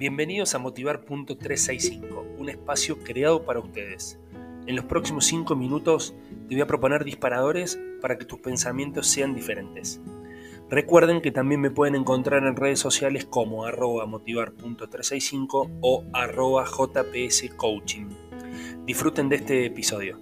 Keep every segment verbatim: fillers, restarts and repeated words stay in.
Bienvenidos a Motivar punto trescientos sesenta y cinco, un espacio creado para ustedes. En los próximos cinco minutos te voy a proponer disparadores para que tus pensamientos sean diferentes. Recuerden que también me pueden encontrar en redes sociales como arroba motivar punto trescientos sesenta y cinco o arroba jpscoaching. Disfruten de este episodio.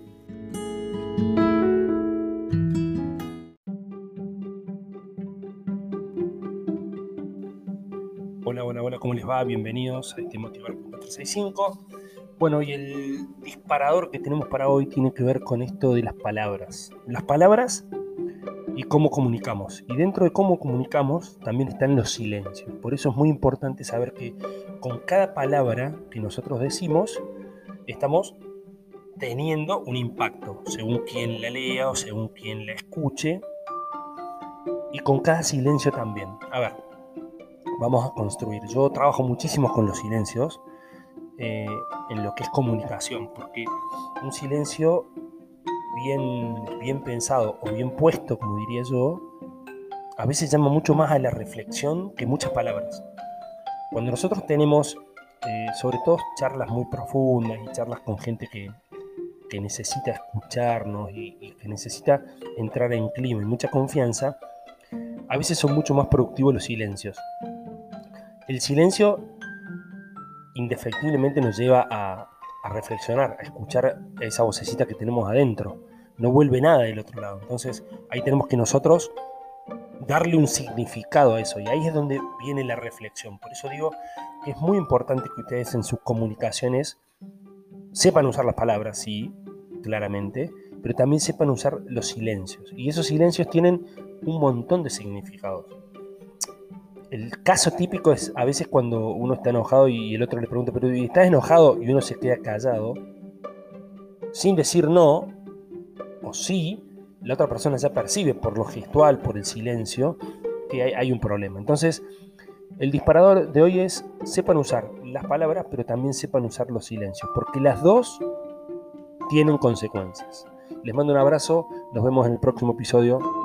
Hola, hola, hola, ¿cómo les va? Bienvenidos a este Motivar punto trescientos sesenta y cinco. Bueno, y el disparador que tenemos para hoy tiene que ver con esto de las palabras. Las palabras y cómo comunicamos. Y dentro de cómo comunicamos también están los silencios. Por eso es muy importante saber que con cada palabra que nosotros decimos, estamos teniendo un impacto, según quien la lea o según quien la escuche. Y con cada silencio también. A ver, vamos a construir. Yo trabajo muchísimo con los silencios. Eh, en lo que es comunicación, porque un silencio bien, bien pensado o bien puesto, como diría yo, a veces llama mucho más a la reflexión que muchas palabras. Cuando nosotros tenemos, eh, sobre todo, charlas muy profundas y charlas con gente que, que necesita escucharnos y, y que necesita entrar en clima y mucha confianza, a veces son mucho más productivos los silencios. El silencio indefectiblemente nos lleva a, a reflexionar, a escuchar esa vocecita que tenemos adentro. No vuelve nada del otro lado. Entonces ahí tenemos que nosotros darle un significado a eso. Y ahí es donde viene la reflexión. Por eso digo que es muy importante que ustedes en sus comunicaciones sepan usar las palabras, sí, claramente, pero también sepan usar los silencios. Y esos silencios tienen un montón de significados. El caso típico es a veces cuando uno está enojado y el otro le pregunta, pero ¿estás enojado? Y uno se queda callado, sin decir no, o sí, la otra persona ya percibe por lo gestual, por el silencio, que hay, hay un problema. Entonces, el disparador de hoy es, sepan usar las palabras, pero también sepan usar los silencios, porque las dos tienen consecuencias. Les mando un abrazo, nos vemos en el próximo episodio.